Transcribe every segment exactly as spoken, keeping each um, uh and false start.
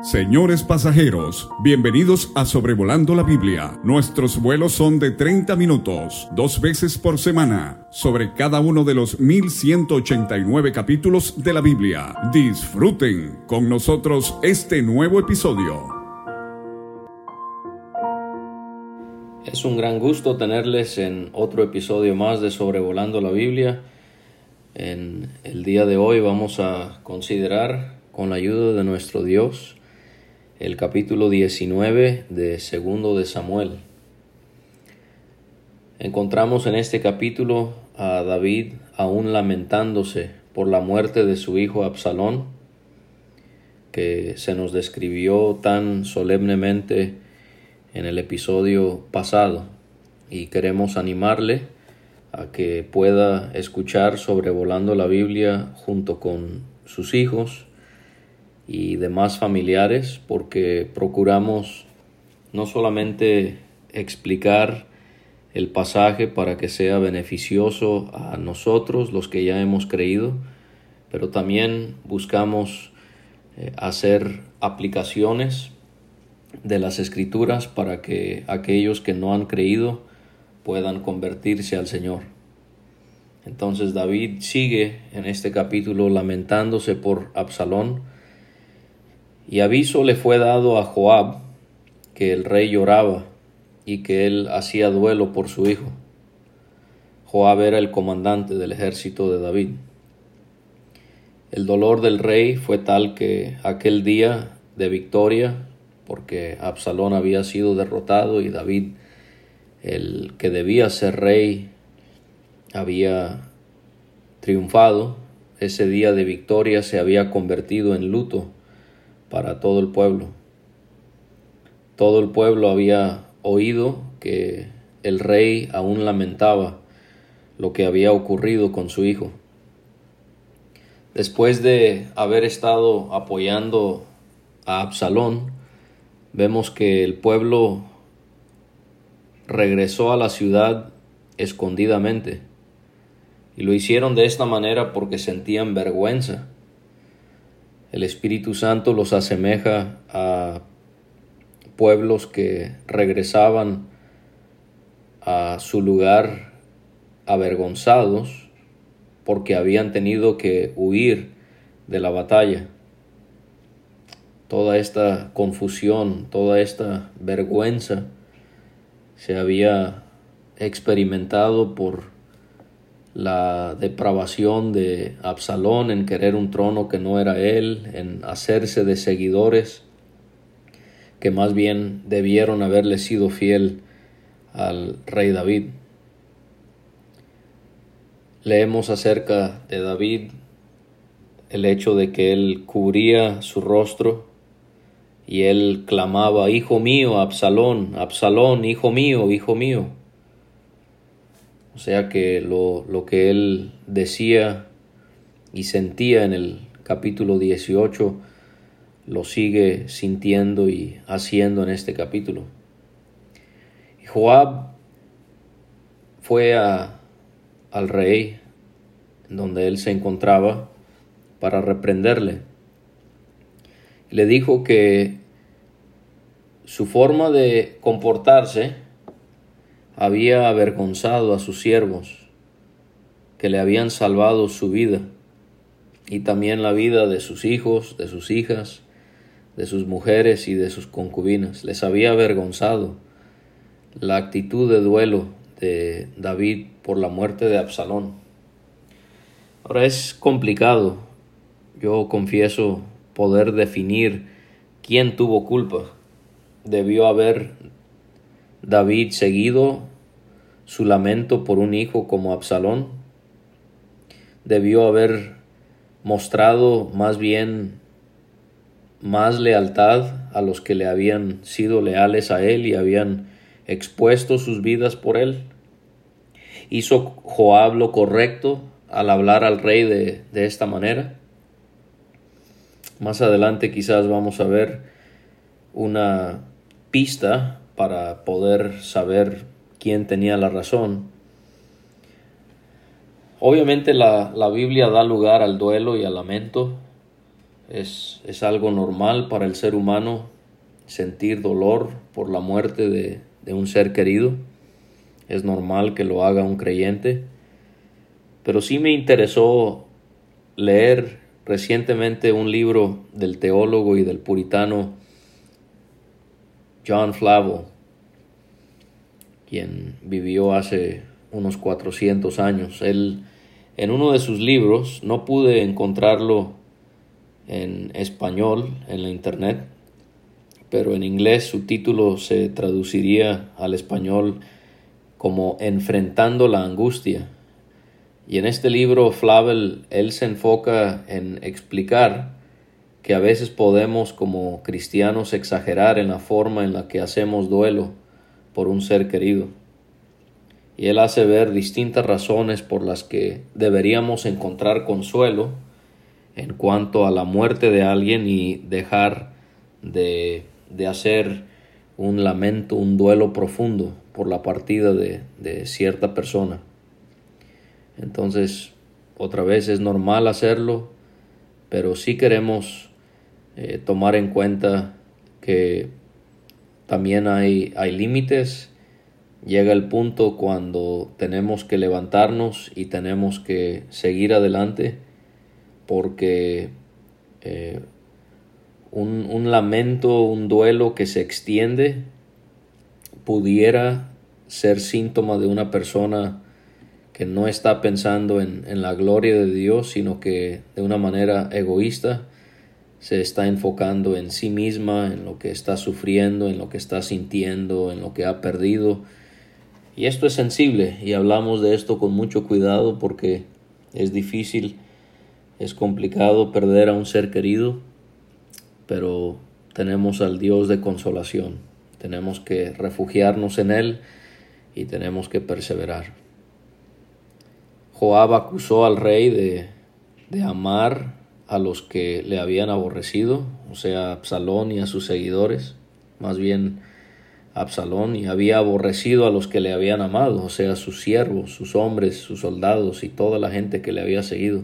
Señores pasajeros, bienvenidos a Sobrevolando la Biblia. Nuestros vuelos son de treinta minutos, dos veces por semana, sobre cada uno de los mil ciento ochenta y nueve capítulos de la Biblia. Disfruten con nosotros este nuevo episodio. Es un gran gusto tenerles en otro episodio más de Sobrevolando la Biblia. En el día de hoy vamos a considerar, con la ayuda de nuestro Dios, el capítulo diecinueve de Segundo de Samuel. Encontramos en este capítulo a David aún lamentándose por la muerte de su hijo Absalón, que se nos describió tan solemnemente en el episodio pasado, y queremos animarle a que pueda escuchar Sobrevolando la Biblia junto con sus hijos y demás familiares, porque procuramos no solamente explicar el pasaje para que sea beneficioso a nosotros, los que ya hemos creído, pero también buscamos eh, hacer aplicaciones de las Escrituras para que aquellos que no han creído puedan convertirse al Señor. Entonces David sigue en este capítulo lamentándose por Absalón, y aviso le fue dado a Joab que el rey lloraba y que él hacía duelo por su hijo. Joab era el comandante del ejército de David. El dolor del rey fue tal que aquel día de victoria, porque Absalón había sido derrotado y David, el que debía ser rey, había triunfado, ese día de victoria se había convertido en luto para todo el pueblo. Todo el pueblo había oído que el rey aún lamentaba lo que había ocurrido con su hijo. Después de haber estado apoyando a Absalón, vemos que el pueblo regresó a la ciudad escondidamente, y lo hicieron de esta manera porque sentían vergüenza. El Espíritu Santo los asemeja a pueblos que regresaban a su lugar avergonzados porque habían tenido que huir de la batalla. Toda esta confusión, toda esta vergüenza se había experimentado por la depravación de Absalón en querer un trono que no era él, en hacerse de seguidores que más bien debieron haberle sido fiel al rey David. Leemos acerca de David el hecho de que él cubría su rostro y él clamaba: "Hijo mío, Absalón, Absalón, hijo mío, hijo mío". O sea que lo, lo que él decía y sentía en el capítulo dieciocho lo sigue sintiendo y haciendo en este capítulo. Y Joab fue a, al rey donde él se encontraba para reprenderle. Le dijo que su forma de comportarse había avergonzado a sus siervos, que le habían salvado su vida y también la vida de sus hijos, de sus hijas, de sus mujeres y de sus concubinas. Les había avergonzado la actitud de duelo de David por la muerte de Absalón. Ahora es complicado, yo confieso, poder definir quién tuvo culpa. Debió haber David seguido su lamento por un hijo como Absalón. Debió haber mostrado más bien más lealtad a los que le habían sido leales a él y habían expuesto sus vidas por él. ¿Hizo Joab lo correcto al hablar al rey de, de esta manera? Más adelante quizás vamos a ver una pista para poder saber quién tenía la razón. Obviamente la, la Biblia da lugar al duelo y al lamento, Es, es algo normal para el ser humano sentir dolor por la muerte de, de un ser querido. Es normal que lo haga un creyente. Pero sí me interesó leer recientemente un libro del teólogo y del puritano John Flavel, quien vivió hace unos cuatrocientos años. Él, en uno de sus libros, no pude encontrarlo en español en la internet, pero en inglés su título se traduciría al español como Enfrentando la angustia. Y en este libro Flavel, él se enfoca en explicar que a veces podemos como cristianos exagerar en la forma en la que hacemos duelo por un ser querido. Y él hace ver distintas razones por las que deberíamos encontrar consuelo en cuanto a la muerte de alguien y dejar de, de hacer un lamento, un duelo profundo por la partida de, de cierta persona. Entonces, otra vez es normal hacerlo, pero sí queremos eh, tomar en cuenta que también hay, hay límites. Llega el punto cuando tenemos que levantarnos y tenemos que seguir adelante, porque eh, un, un lamento, un duelo que se extiende pudiera ser síntoma de una persona que no está pensando en, en la gloria de Dios, sino que de una manera egoísta se está enfocando en sí misma, en lo que está sufriendo, en lo que está sintiendo, en lo que ha perdido. Y esto es sensible, y hablamos de esto con mucho cuidado porque es difícil, es complicado perder a un ser querido, pero tenemos al Dios de consolación. Tenemos que refugiarnos en Él y tenemos que perseverar. Joab acusó al rey de, de amar a los que le habían aborrecido, o sea, a Absalón y a sus seguidores. Más bien, Absalón y había aborrecido a los que le habían amado, o sea, sus siervos, sus hombres, sus soldados y toda la gente que le había seguido.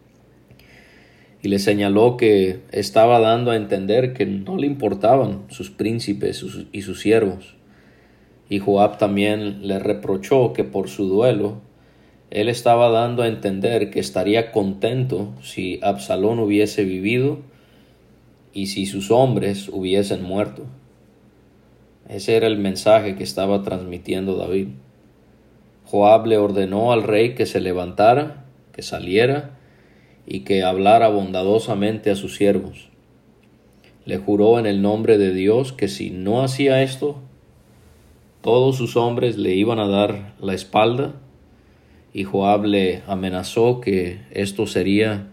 Y le señaló que estaba dando a entender que no le importaban sus príncipes sus, y sus siervos. Y Joab también le reprochó que por su duelo él estaba dando a entender que estaría contento si Absalón hubiese vivido y si sus hombres hubiesen muerto. Ese era el mensaje que estaba transmitiendo David. Joab le ordenó al rey que se levantara, que saliera y que hablara bondadosamente a sus siervos. Le juró en el nombre de Dios que si no hacía esto, todos sus hombres le iban a dar la espalda, y Joab le amenazó que esto sería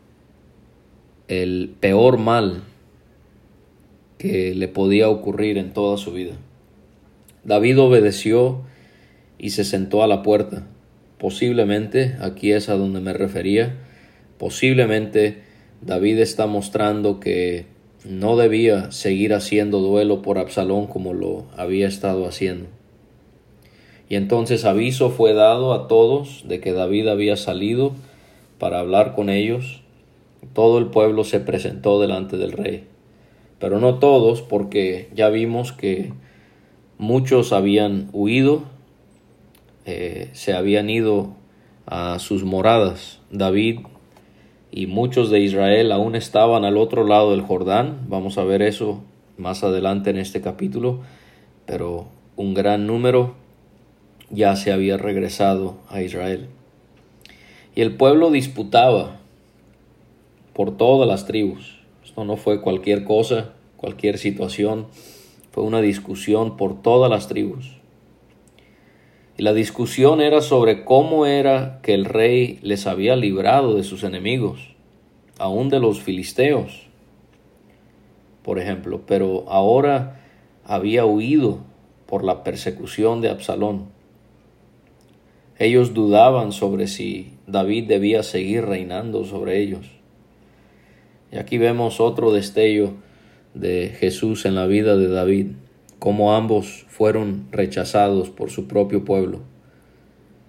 el peor mal que le podía ocurrir en toda su vida. David obedeció y se sentó a la puerta. Posiblemente, aquí es a donde me refería, posiblemente David está mostrando que no debía seguir haciendo duelo por Absalón como lo había estado haciendo. Y entonces aviso fue dado a todos de que David había salido para hablar con ellos. Todo el pueblo se presentó delante del rey. Pero no todos, porque ya vimos que muchos habían huido, eh, se habían ido a sus moradas. David y muchos de Israel aún estaban al otro lado del Jordán. Vamos a ver eso más adelante en este capítulo. Pero un gran número ya se había regresado a Israel. Y el pueblo disputaba por todas las tribus. Esto no fue cualquier cosa, cualquier situación. Fue una discusión por todas las tribus. Y la discusión era sobre cómo era que el rey les había librado de sus enemigos, aún de los filisteos, por ejemplo. Pero ahora había huido por la persecución de Absalón. Ellos dudaban sobre si David debía seguir reinando sobre ellos. Y aquí vemos otro destello de Jesús en la vida de David, cómo ambos fueron rechazados por su propio pueblo.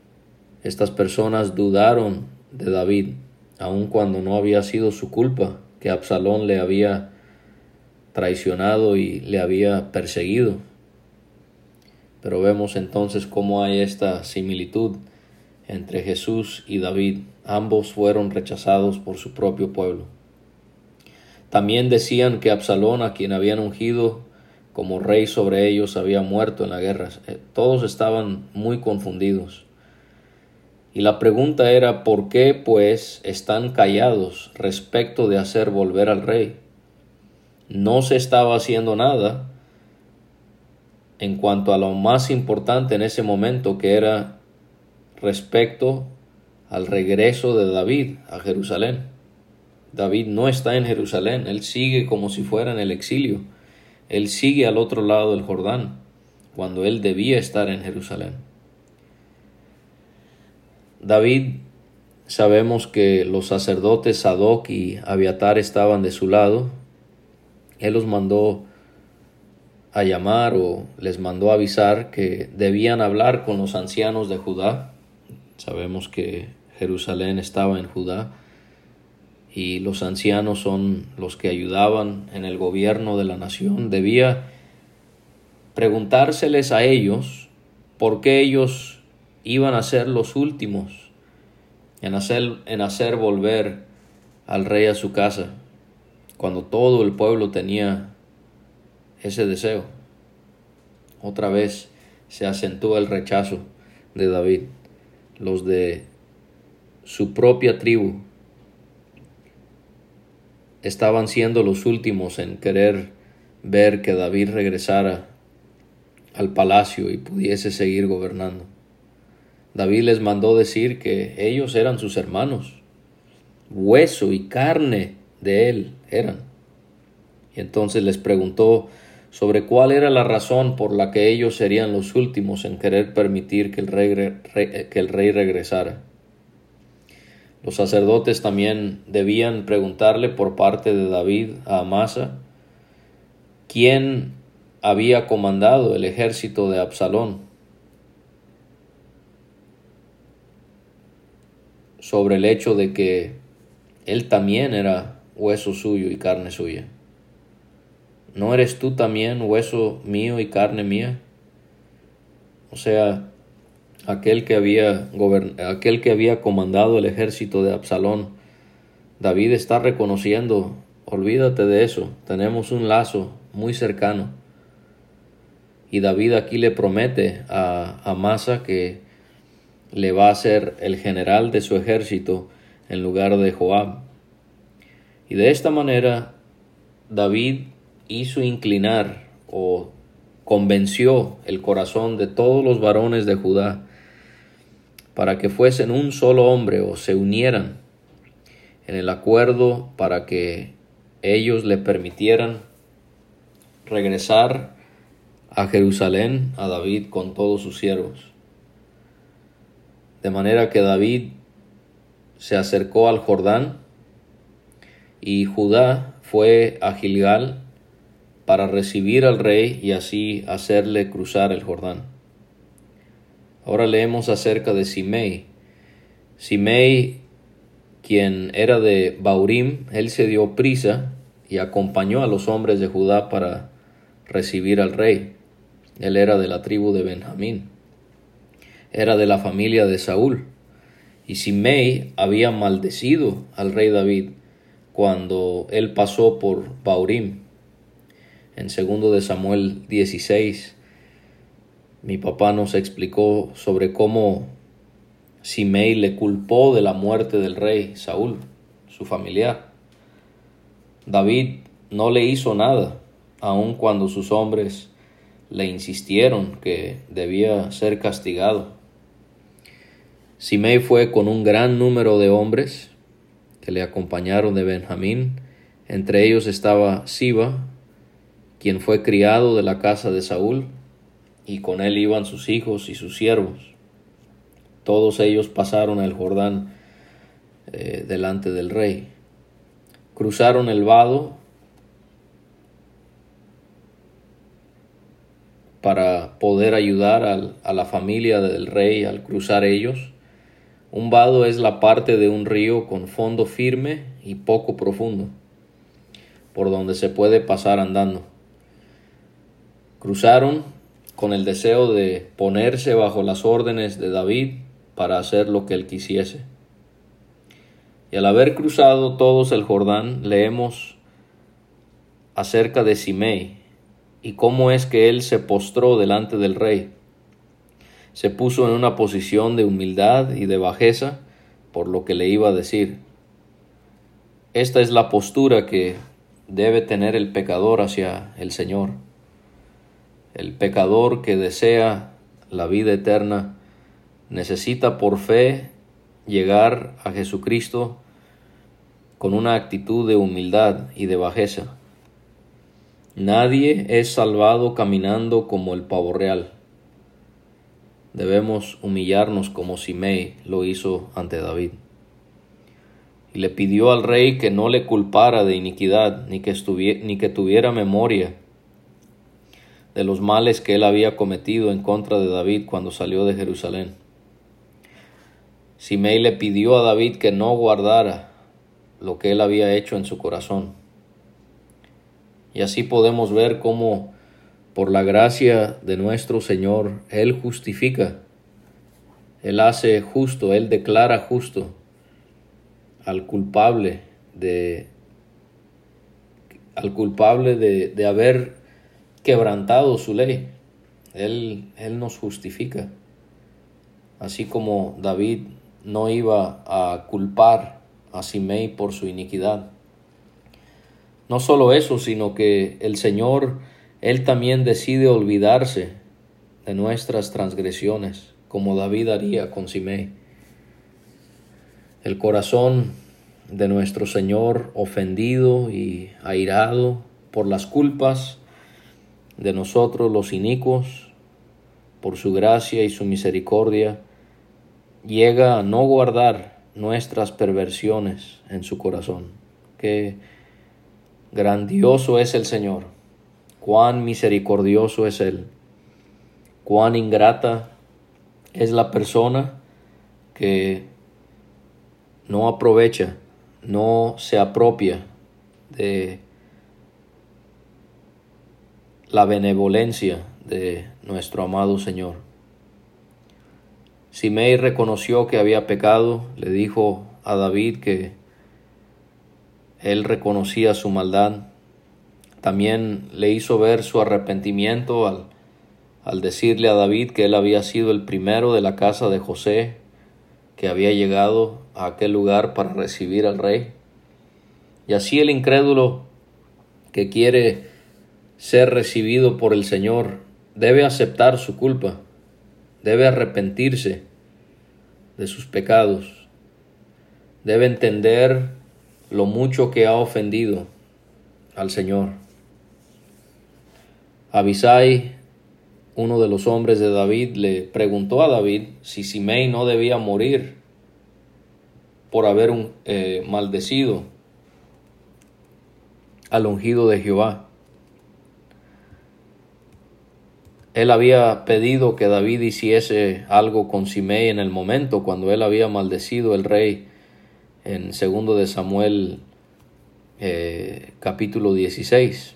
Estas personas dudaron de David, aun cuando no había sido su culpa que Absalón le había traicionado y le había perseguido. Pero vemos entonces cómo hay esta similitud entre Jesús y David. Ambos fueron rechazados por su propio pueblo. También decían que Absalón, a quien habían ungido como rey sobre ellos, había muerto en la guerra. Todos estaban muy confundidos. Y la pregunta era, ¿por qué pues están callados respecto de hacer volver al rey? No se estaba haciendo nada en cuanto a lo más importante en ese momento, que era respecto al regreso de David a Jerusalén. David no está en Jerusalén, él sigue como si fuera en el exilio. Él sigue al otro lado del Jordán, cuando él debía estar en Jerusalén. David, sabemos que los sacerdotes Sadoc y Abiatar estaban de su lado. Él los mandó a llamar o les mandó a avisar que debían hablar con los ancianos de Judá. Sabemos que Jerusalén estaba en Judá y los ancianos son los que ayudaban en el gobierno de la nación. Debía preguntárseles a ellos por qué ellos iban a ser los últimos en hacer, en hacer volver al rey a su casa, cuando todo el pueblo tenía ese deseo. Otra vez se acentúa el rechazo de David. Los de su propia tribu estaban siendo los últimos en querer ver que David regresara al palacio y pudiese seguir gobernando. David les mandó decir que ellos eran sus hermanos, hueso y carne de él eran. Y entonces les preguntó sobre cuál era la razón por la que ellos serían los últimos en querer permitir que el rey, re, que el rey regresara. Los sacerdotes también debían preguntarle por parte de David a Amasa quién había comandado el ejército de Absalón, sobre el hecho de que él también era hueso suyo y carne suya. ¿No eres tú también hueso mío y carne mía? O sea, aquel que había gobern- aquel que había comandado el ejército de Absalón, David está reconociendo, olvídate de eso, tenemos un lazo muy cercano. Y David aquí le promete a Amasa que le va a ser el general de su ejército en lugar de Joab. Y de esta manera David hizo inclinar o convenció el corazón de todos los varones de Judá para que fuesen un solo hombre o se unieran en el acuerdo para que ellos le permitieran regresar a Jerusalén a David con todos sus siervos. De manera que David se acercó al Jordán y Judá fue a Gilgal para recibir al rey y así hacerle cruzar el Jordán. Ahora leemos acerca de Simei. Simei, quien era de Baurim, él se dio prisa y acompañó a los hombres de Judá para recibir al rey. Él era de la tribu de Benjamín. Era de la familia de Saúl. Y Simei había maldecido al rey David cuando él pasó por Baurim. En segundo de Samuel dieciséis, mi papá nos explicó sobre cómo Simei le culpó de la muerte del rey Saúl, su familiar. David no le hizo nada, aun cuando sus hombres le insistieron que debía ser castigado. Simei fue con un gran número de hombres que le acompañaron de Benjamín. Entre ellos estaba Siba, quien fue criado de la casa de Saúl, y con él iban sus hijos y sus siervos. Todos ellos pasaron el Jordán eh, delante del rey. Cruzaron el vado para poder ayudar al, a la familia del rey al cruzar ellos. Un vado es la parte de un río con fondo firme y poco profundo. por donde se puede pasar andando. Cruzaron con el deseo de ponerse bajo las órdenes de David para hacer lo que él quisiese. Y al haber cruzado todos el Jordán, leemos acerca de Simei y cómo es que él se postró delante del rey. Se puso en una posición de humildad y de bajeza por lo que le iba a decir. Esta es la postura que debe tener el pecador hacia el Señor. El pecador que desea la vida eterna necesita por fe llegar a Jesucristo con una actitud de humildad y de bajeza. Nadie es salvado caminando como el pavo real. Debemos humillarnos como Simei lo hizo ante David. Y le pidió al rey que no le culpara de iniquidad, ni que, estuviera, ni que tuviera memoria de los males que él había cometido en contra de David cuando salió de Jerusalén. Simei le pidió a David que no guardara lo que él había hecho en su corazón. Y así podemos ver cómo, por la gracia de nuestro Señor, Él justifica, Él hace justo, Él declara justo al culpable de, al culpable de, de haber quebrantado su ley. Él, Él nos justifica. Así como David no iba a culpar a Simei por su iniquidad. No solo eso, sino que el Señor, Él también decide olvidarse de nuestras transgresiones, como David haría con Simei. El corazón de nuestro Señor, ofendido y airado por las culpas de nosotros los inicuos, por su gracia y su misericordia, llega a no guardar nuestras perversiones en su corazón. Qué grandioso es el Señor, cuán misericordioso es Él, cuán ingrata es la persona que no aprovecha, no se apropia de la benevolencia de nuestro amado Señor. Simei reconoció que había pecado, le dijo a David que él reconocía su maldad. También le hizo ver su arrepentimiento al, al decirle a David que él había sido el primero de la casa de José que había llegado a aquel lugar para recibir al rey. Y así el incrédulo que quiere ser recibido por el Señor debe aceptar su culpa, debe arrepentirse de sus pecados, debe entender lo mucho que ha ofendido al Señor. Abisai, uno de los hombres de David, le preguntó a David si Simei no debía morir por haber un, eh, maldecido al ungido de Jehová. Él había pedido que David hiciese algo con Simei en el momento cuando él había maldecido al rey en segundo de Samuel eh, capítulo dieciséis.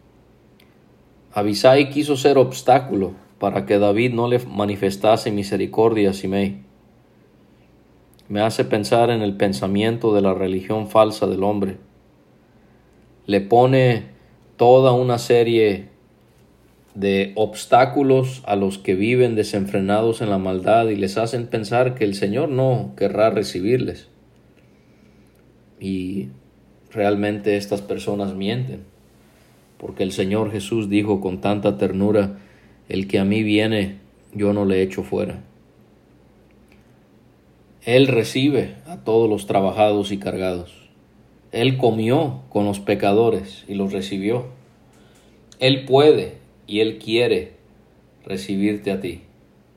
Abisai quiso ser obstáculo para que David no le manifestase misericordia a Simei. Me hace pensar en el pensamiento de la religión falsa del hombre. Le pone toda una serie de obstáculos a los que viven desenfrenados en la maldad y les hacen pensar que el Señor no querrá recibirles. Y realmente estas personas mienten, porque el Señor Jesús dijo con tanta ternura: el que a mí viene, yo no le echo fuera. Él recibe a todos los trabajados y cargados. Él comió con los pecadores y los recibió. Él puede y Él quiere recibirte a ti.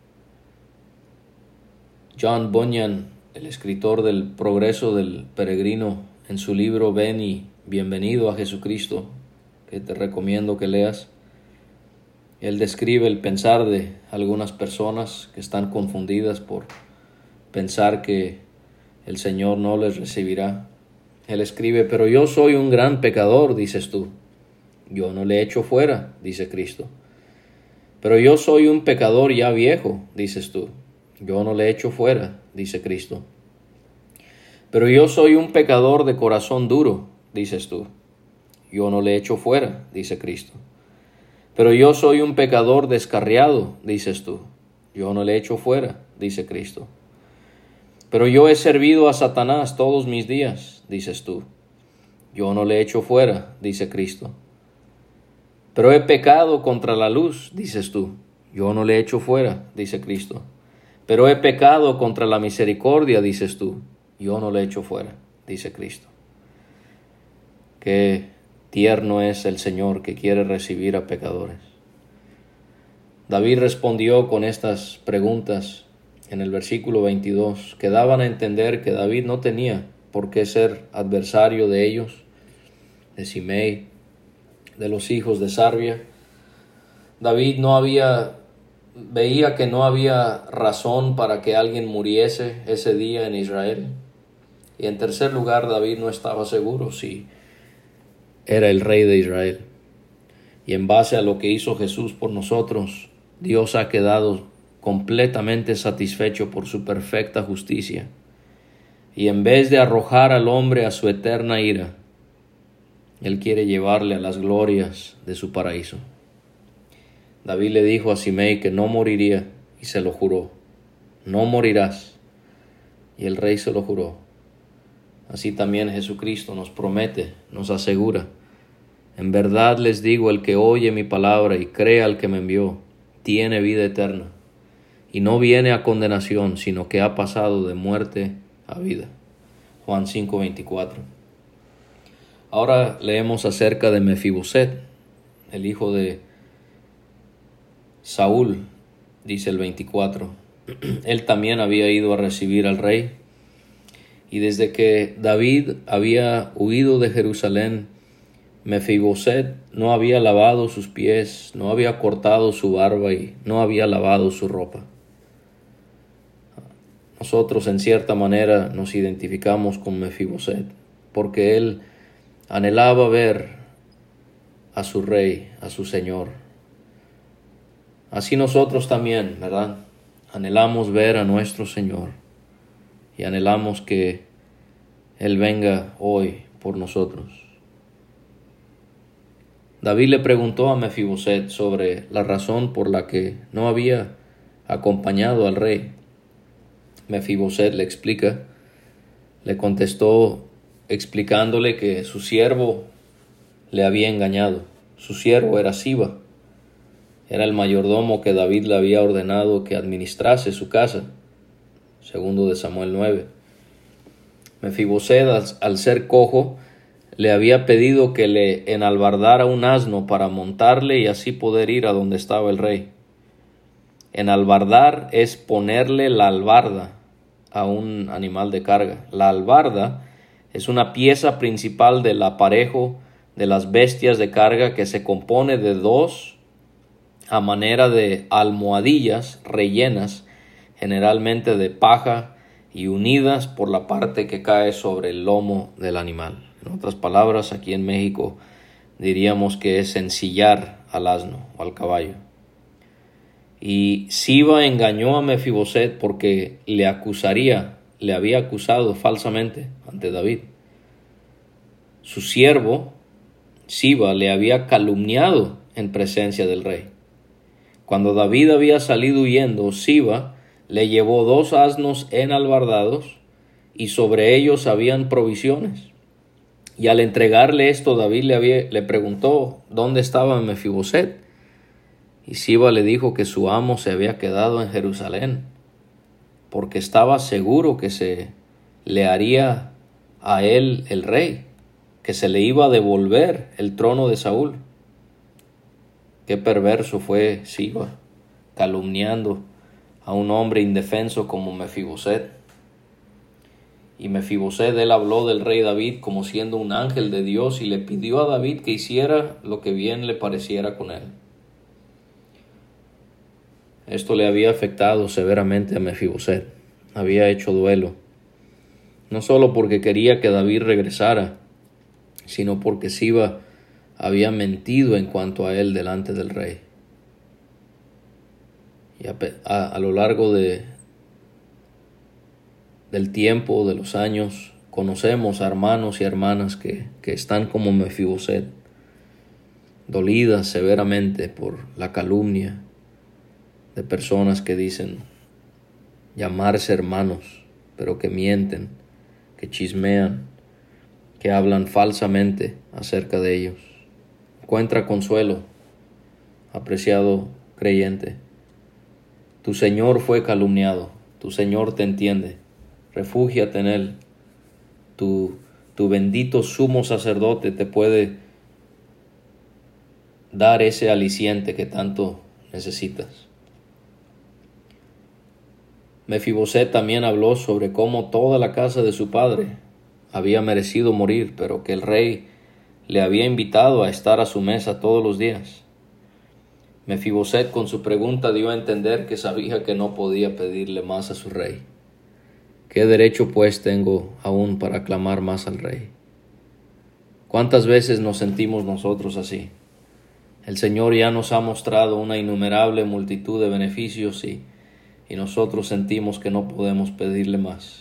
John Bunyan, el escritor del Progreso del Peregrino, en su libro Ven y Bienvenido a Jesucristo, que te recomiendo que leas, él describe el pensar de algunas personas que están confundidas por pensar que el Señor no les recibirá. Él escribe, pero yo soy un gran pecador, dices tú. Yo no le echo fuera, dice Cristo. Pero yo soy un pecador ya viejo, dices tú. Yo no le echo fuera, dice Cristo. Pero yo soy un pecador de corazón duro, dices tú. Yo no le echo fuera, dice Cristo. Pero yo soy un pecador descarriado, dices tú. Yo no le echo fuera, dice Cristo. Pero yo he servido a Satanás todos mis días, dices tú. Yo no le echo fuera, dice Cristo. Pero he pecado contra la luz, dices tú. Yo no le echo fuera, dice Cristo. Pero he pecado contra la misericordia, dices tú. Yo no le echo fuera, dice Cristo. Qué tierno es el Señor que quiere recibir a pecadores. David respondió con estas preguntas en el versículo veintidós, que daban a entender que David no tenía por qué ser adversario de ellos, de Simei, de los hijos de Sarbia. David no había, veía que no había razón para que alguien muriese ese día en Israel. Y en tercer lugar, David no estaba seguro si era el rey de Israel. Y en base a lo que hizo Jesús por nosotros, Dios ha quedado completamente satisfecho por su perfecta justicia. Y en vez de arrojar al hombre a su eterna ira, Él quiere llevarle a las glorias de su paraíso. David le dijo a Simei que no moriría y se lo juró. No morirás. Y el rey se lo juró. Así también Jesucristo nos promete, nos asegura. En verdad les digo, el que oye mi palabra y cree al que me envió, tiene vida eterna. Y no viene a condenación, sino que ha pasado de muerte a vida. Juan cinco veinticuatro. Ahora leemos acerca de Mefiboset, el hijo de Saúl, dice el veinticuatro. Él también había ido a recibir al rey. Y desde que David había huido de Jerusalén, Mefiboset no había lavado sus pies, no había cortado su barba y no había lavado su ropa. Nosotros en cierta manera nos identificamos con Mefiboset, porque él anhelaba ver a su rey, a su Señor. Así nosotros también, ¿verdad? Anhelamos ver a nuestro Señor y anhelamos que Él venga hoy por nosotros. David le preguntó a Mefiboset sobre la razón por la que no había acompañado al rey. Mefiboset le explica, le contestó explicándole que su siervo le había engañado. Su siervo era Siba, era el mayordomo que David le había ordenado que administrase su casa. Segundo de Samuel nueve. Mefiboset, al, al ser cojo, le había pedido que le enalbardara un asno para montarle y así poder ir a donde estaba el rey. Enalbardar es ponerle la albarda a un animal de carga. La albarda es una pieza principal del aparejo de las bestias de carga que se compone de dos a manera de almohadillas rellenas, generalmente de paja y unidas por la parte que cae sobre el lomo del animal. En otras palabras, aquí en México diríamos que es ensillar al asno o al caballo. Y Siba engañó a Mefiboset porque le acusaría, le había acusado falsamente ante David. Su siervo, Siba, le había calumniado en presencia del rey. Cuando David había salido huyendo, Siba le llevó dos asnos enalbardados y sobre ellos habían provisiones. Y al entregarle esto, David le, había, le preguntó dónde estaba Mefiboset. Y Siba le dijo que su amo se había quedado en Jerusalén, porque estaba seguro que se le haría a él el rey, que se le iba a devolver el trono de Saúl. Qué perverso fue Siba, calumniando a un hombre indefenso como Mefiboset. Y Mefiboset, él habló del rey David como siendo un ángel de Dios y le pidió a David que hiciera lo que bien le pareciera con él. Esto le había afectado severamente a Mefiboset. Había hecho duelo. no solo porque quería que David regresara, sino porque Siba había mentido en cuanto a él delante del rey. Y a, a, a lo largo de, del tiempo, de los años, conocemos a hermanos y hermanas que, que están como Mefiboset, dolidas severamente por la calumnia de personas que dicen llamarse hermanos, pero que mienten, que chismean, que hablan falsamente acerca de ellos. Encuentra consuelo, apreciado creyente. Tu Señor fue calumniado, tu Señor te entiende, refúgiate en Él. Tu, tu bendito sumo sacerdote te puede dar ese aliciente que tanto necesitas. Mefiboset también habló sobre cómo toda la casa de su padre había merecido morir, pero que el rey le había invitado a estar a su mesa todos los días. Mefiboset con su pregunta dio a entender que sabía que no podía pedirle más a su rey. ¿Qué derecho pues tengo aún para clamar más al rey? ¿Cuántas veces nos sentimos nosotros así? El Señor ya nos ha mostrado una innumerable multitud de beneficios y, y nosotros sentimos que no podemos pedirle más.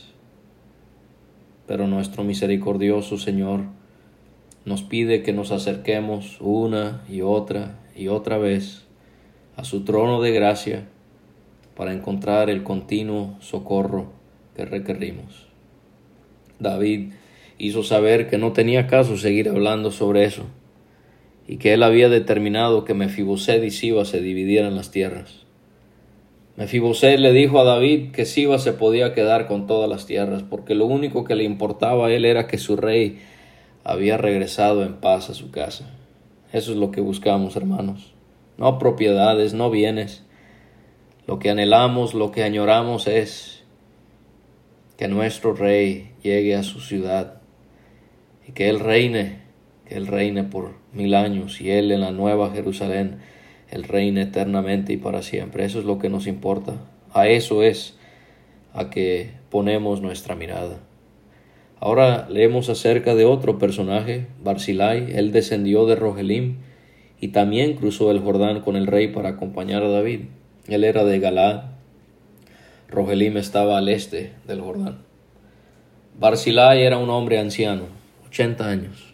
Pero nuestro misericordioso Señor nos pide que nos acerquemos una y otra y otra vez a su trono de gracia para encontrar el continuo socorro que requerimos. David hizo saber que no tenía caso seguir hablando sobre eso y que él había determinado que Mefiboset y Siba se dividieran las tierras. Mefiboset le dijo a David que Siba se podía quedar con todas las tierras porque lo único que le importaba a él era que su rey había regresado en paz a su casa. Eso es lo que buscamos, hermanos. No propiedades, no bienes. Lo que anhelamos, lo que añoramos es que nuestro rey llegue a su ciudad y que él reine, que él reine por mil años y él en la nueva Jerusalén, él reine eternamente y para siempre. Eso es lo que nos importa. A eso es a que ponemos nuestra mirada. Ahora leemos acerca de otro personaje, Barzillai. Él descendió de Rogelim y también cruzó el Jordán con el rey para acompañar a David. Él era de Galaad. Rogelim estaba al este del Jordán. Barzillai era un hombre anciano, ochenta años,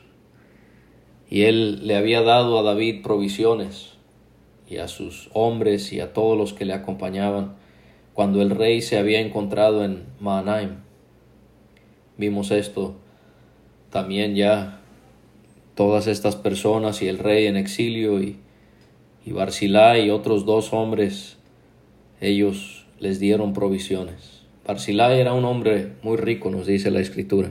y él le había dado a David provisiones y a sus hombres y a todos los que le acompañaban cuando el rey se había encontrado en Mahanaim. Vimos esto también ya, todas estas personas y el rey en exilio y, y Barzillai y otros dos hombres, ellos les dieron provisiones. Barzillai era un hombre muy rico, nos dice la Escritura.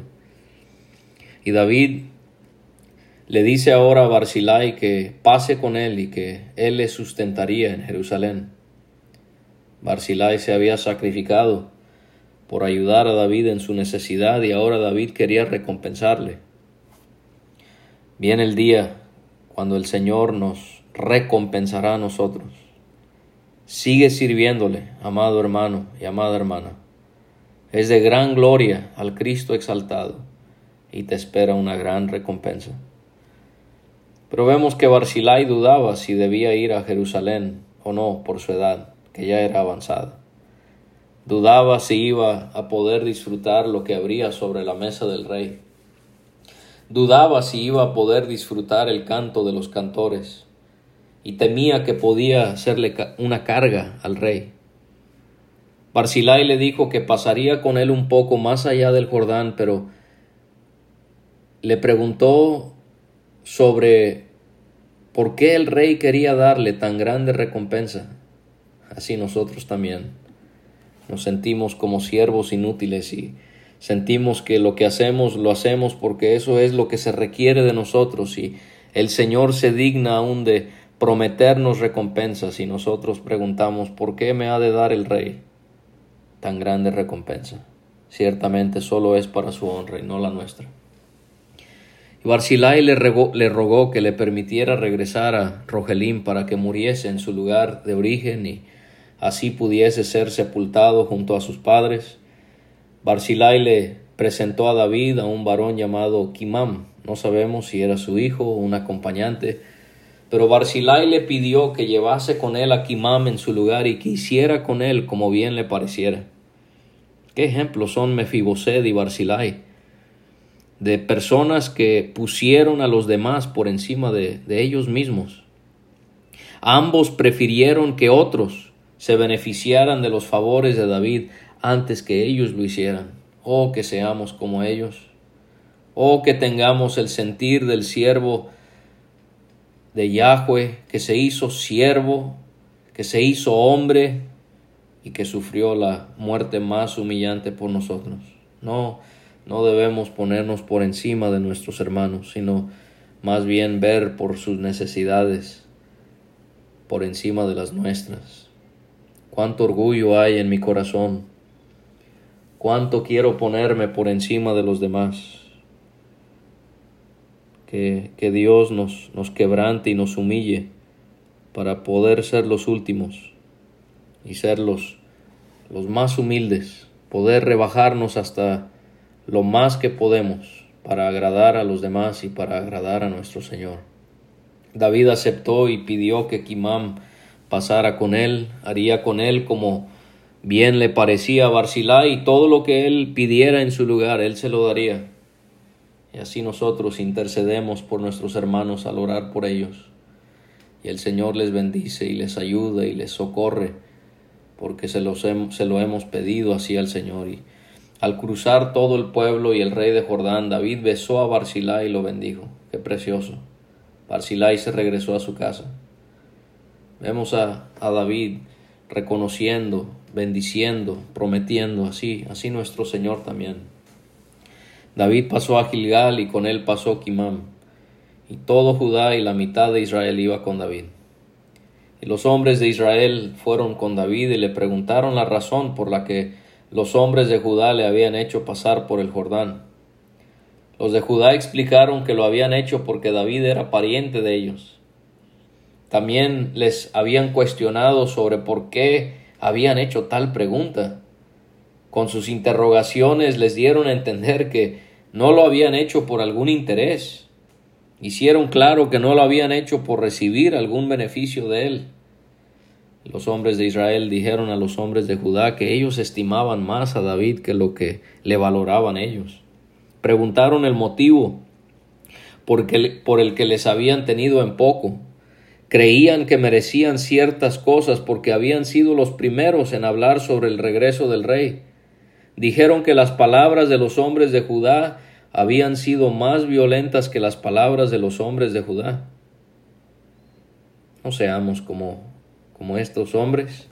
Y David le dice ahora a Barzillai que pase con él y que él le sustentaría en Jerusalén. Barzillai se había sacrificado por ayudar a David en su necesidad y ahora David quería recompensarle. Viene el día cuando el Señor nos recompensará a nosotros. Sigue sirviéndole, amado hermano y amada hermana. Es de gran gloria al Cristo exaltado y te espera una gran recompensa. Pero vemos que Barzillai dudaba si debía ir a Jerusalén o no por su edad, que ya era avanzada. Dudaba si iba a poder disfrutar lo que habría sobre la mesa del rey. Dudaba si iba a poder disfrutar el canto de los cantores y temía que podía hacerle una carga al rey. Barzillai le dijo que pasaría con él un poco más allá del Jordán, pero le preguntó sobre por qué el rey quería darle tan grande recompensa. Así nosotros también nos sentimos como siervos inútiles y sentimos que lo que hacemos lo hacemos porque eso es lo que se requiere de nosotros y el Señor se digna aún de prometernos recompensas y nosotros preguntamos ¿por qué me ha de dar el rey tan grande recompensa? Ciertamente solo es para su honra y no la nuestra. Y Barzillai le, regó, le rogó que le permitiera regresar a Rogelim para que muriese en su lugar de origen y así pudiese ser sepultado junto a sus padres. Barzillai le presentó a David a un varón llamado Quimam. No sabemos si era su hijo o un acompañante, pero Barzillai le pidió que llevase con él a Quimam en su lugar y que hiciera con él como bien le pareciera. ¿Qué ejemplos son Mefiboset y Barzillai? De personas que pusieron a los demás por encima de, de ellos mismos. Ambos prefirieron que otros se beneficiaran de los favores de David antes que ellos lo hicieran. Oh, que seamos como ellos. Oh, que tengamos el sentir del siervo de Yahweh, que se hizo siervo, que se hizo hombre y que sufrió la muerte más humillante por nosotros. No, no debemos ponernos por encima de nuestros hermanos, sino más bien ver por sus necesidades por encima de las nuestras. Cuánto orgullo hay en mi corazón. Cuánto quiero ponerme por encima de los demás. Que, que Dios nos, nos quebrante y nos humille para poder ser los últimos y ser los, los más humildes, poder rebajarnos hasta lo más que podemos para agradar a los demás y para agradar a nuestro Señor. David aceptó y pidió que Quimam pasara con él, haría con él como bien le parecía a Barzillai, y todo lo que él pidiera en su lugar, él se lo daría. Y así nosotros intercedemos por nuestros hermanos al orar por ellos. Y el Señor les bendice y les ayuda y les socorre, porque se, los hem- se lo hemos pedido así al Señor. Y al cruzar todo el pueblo y el rey de Jordán, David besó a Barzillai y lo bendijo. Qué precioso. Barzillai se regresó a su casa. Vemos a, a David reconociendo, bendiciendo, prometiendo, así, así nuestro Señor también. David pasó a Gilgal y con él pasó Quimam, y todo Judá y la mitad de Israel iba con David. Y los hombres de Israel fueron con David y le preguntaron la razón por la que los hombres de Judá le habían hecho pasar por el Jordán. Los de Judá explicaron que lo habían hecho porque David era pariente de ellos. También les habían cuestionado sobre por qué habían hecho tal pregunta. Con sus interrogaciones les dieron a entender que no lo habían hecho por algún interés. Hicieron claro que no lo habían hecho por recibir algún beneficio de él. Los hombres de Israel dijeron a los hombres de Judá que ellos estimaban más a David que lo que le valoraban ellos. Preguntaron el motivo por, que, por el que les habían tenido en poco. Creían que merecían ciertas cosas porque habían sido los primeros en hablar sobre el regreso del rey. Dijeron que las palabras de los hombres de Judá habían sido más violentas que las palabras de los hombres de Judá. No seamos como, como estos hombres.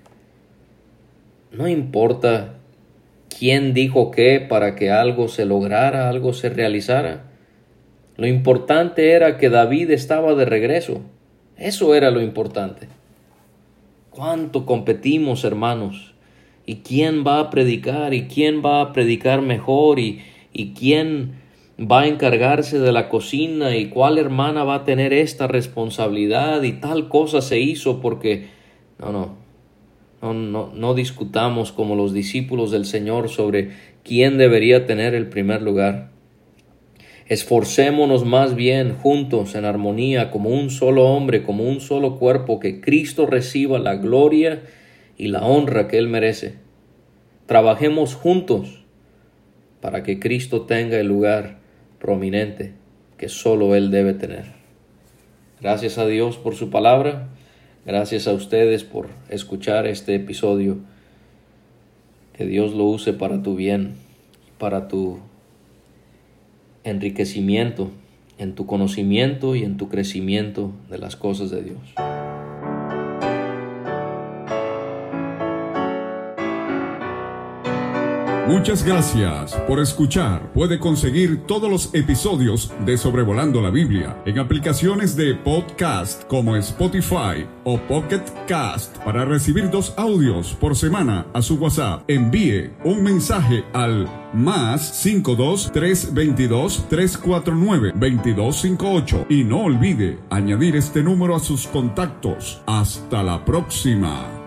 No importa quién dijo qué para que algo se lograra, algo se realizara. Lo importante era que David estaba de regreso. Eso era lo importante. ¿Cuánto competimos, hermanos? ¿Y quién va a predicar? ¿Y quién va a predicar mejor? ¿Y, y quién va a encargarse de la cocina? ¿Y cuál hermana va a tener esta responsabilidad? Y tal cosa se hizo porque... No, no, no, no, no discutamos como los discípulos del Señor sobre quién debería tener el primer lugar. Esforcémonos más bien juntos en armonía como un solo hombre, como un solo cuerpo, que Cristo reciba la gloria y la honra que Él merece. Trabajemos juntos para que Cristo tenga el lugar prominente que solo Él debe tener. Gracias a Dios por su palabra. Gracias a ustedes por escuchar este episodio. Que Dios lo use para tu bien, para tu enriquecimiento, en tu conocimiento y en tu crecimiento de las cosas de Dios. Muchas gracias por escuchar. Puede conseguir todos los episodios de Sobrevolando la Biblia en aplicaciones de podcast como Spotify o Pocket Cast. Para recibir dos audios por semana a su WhatsApp, envíe un mensaje al más cinco dos tres dos dos tres cuatro nueve dos dos cinco ocho y no olvide añadir este número a sus contactos. Hasta la próxima.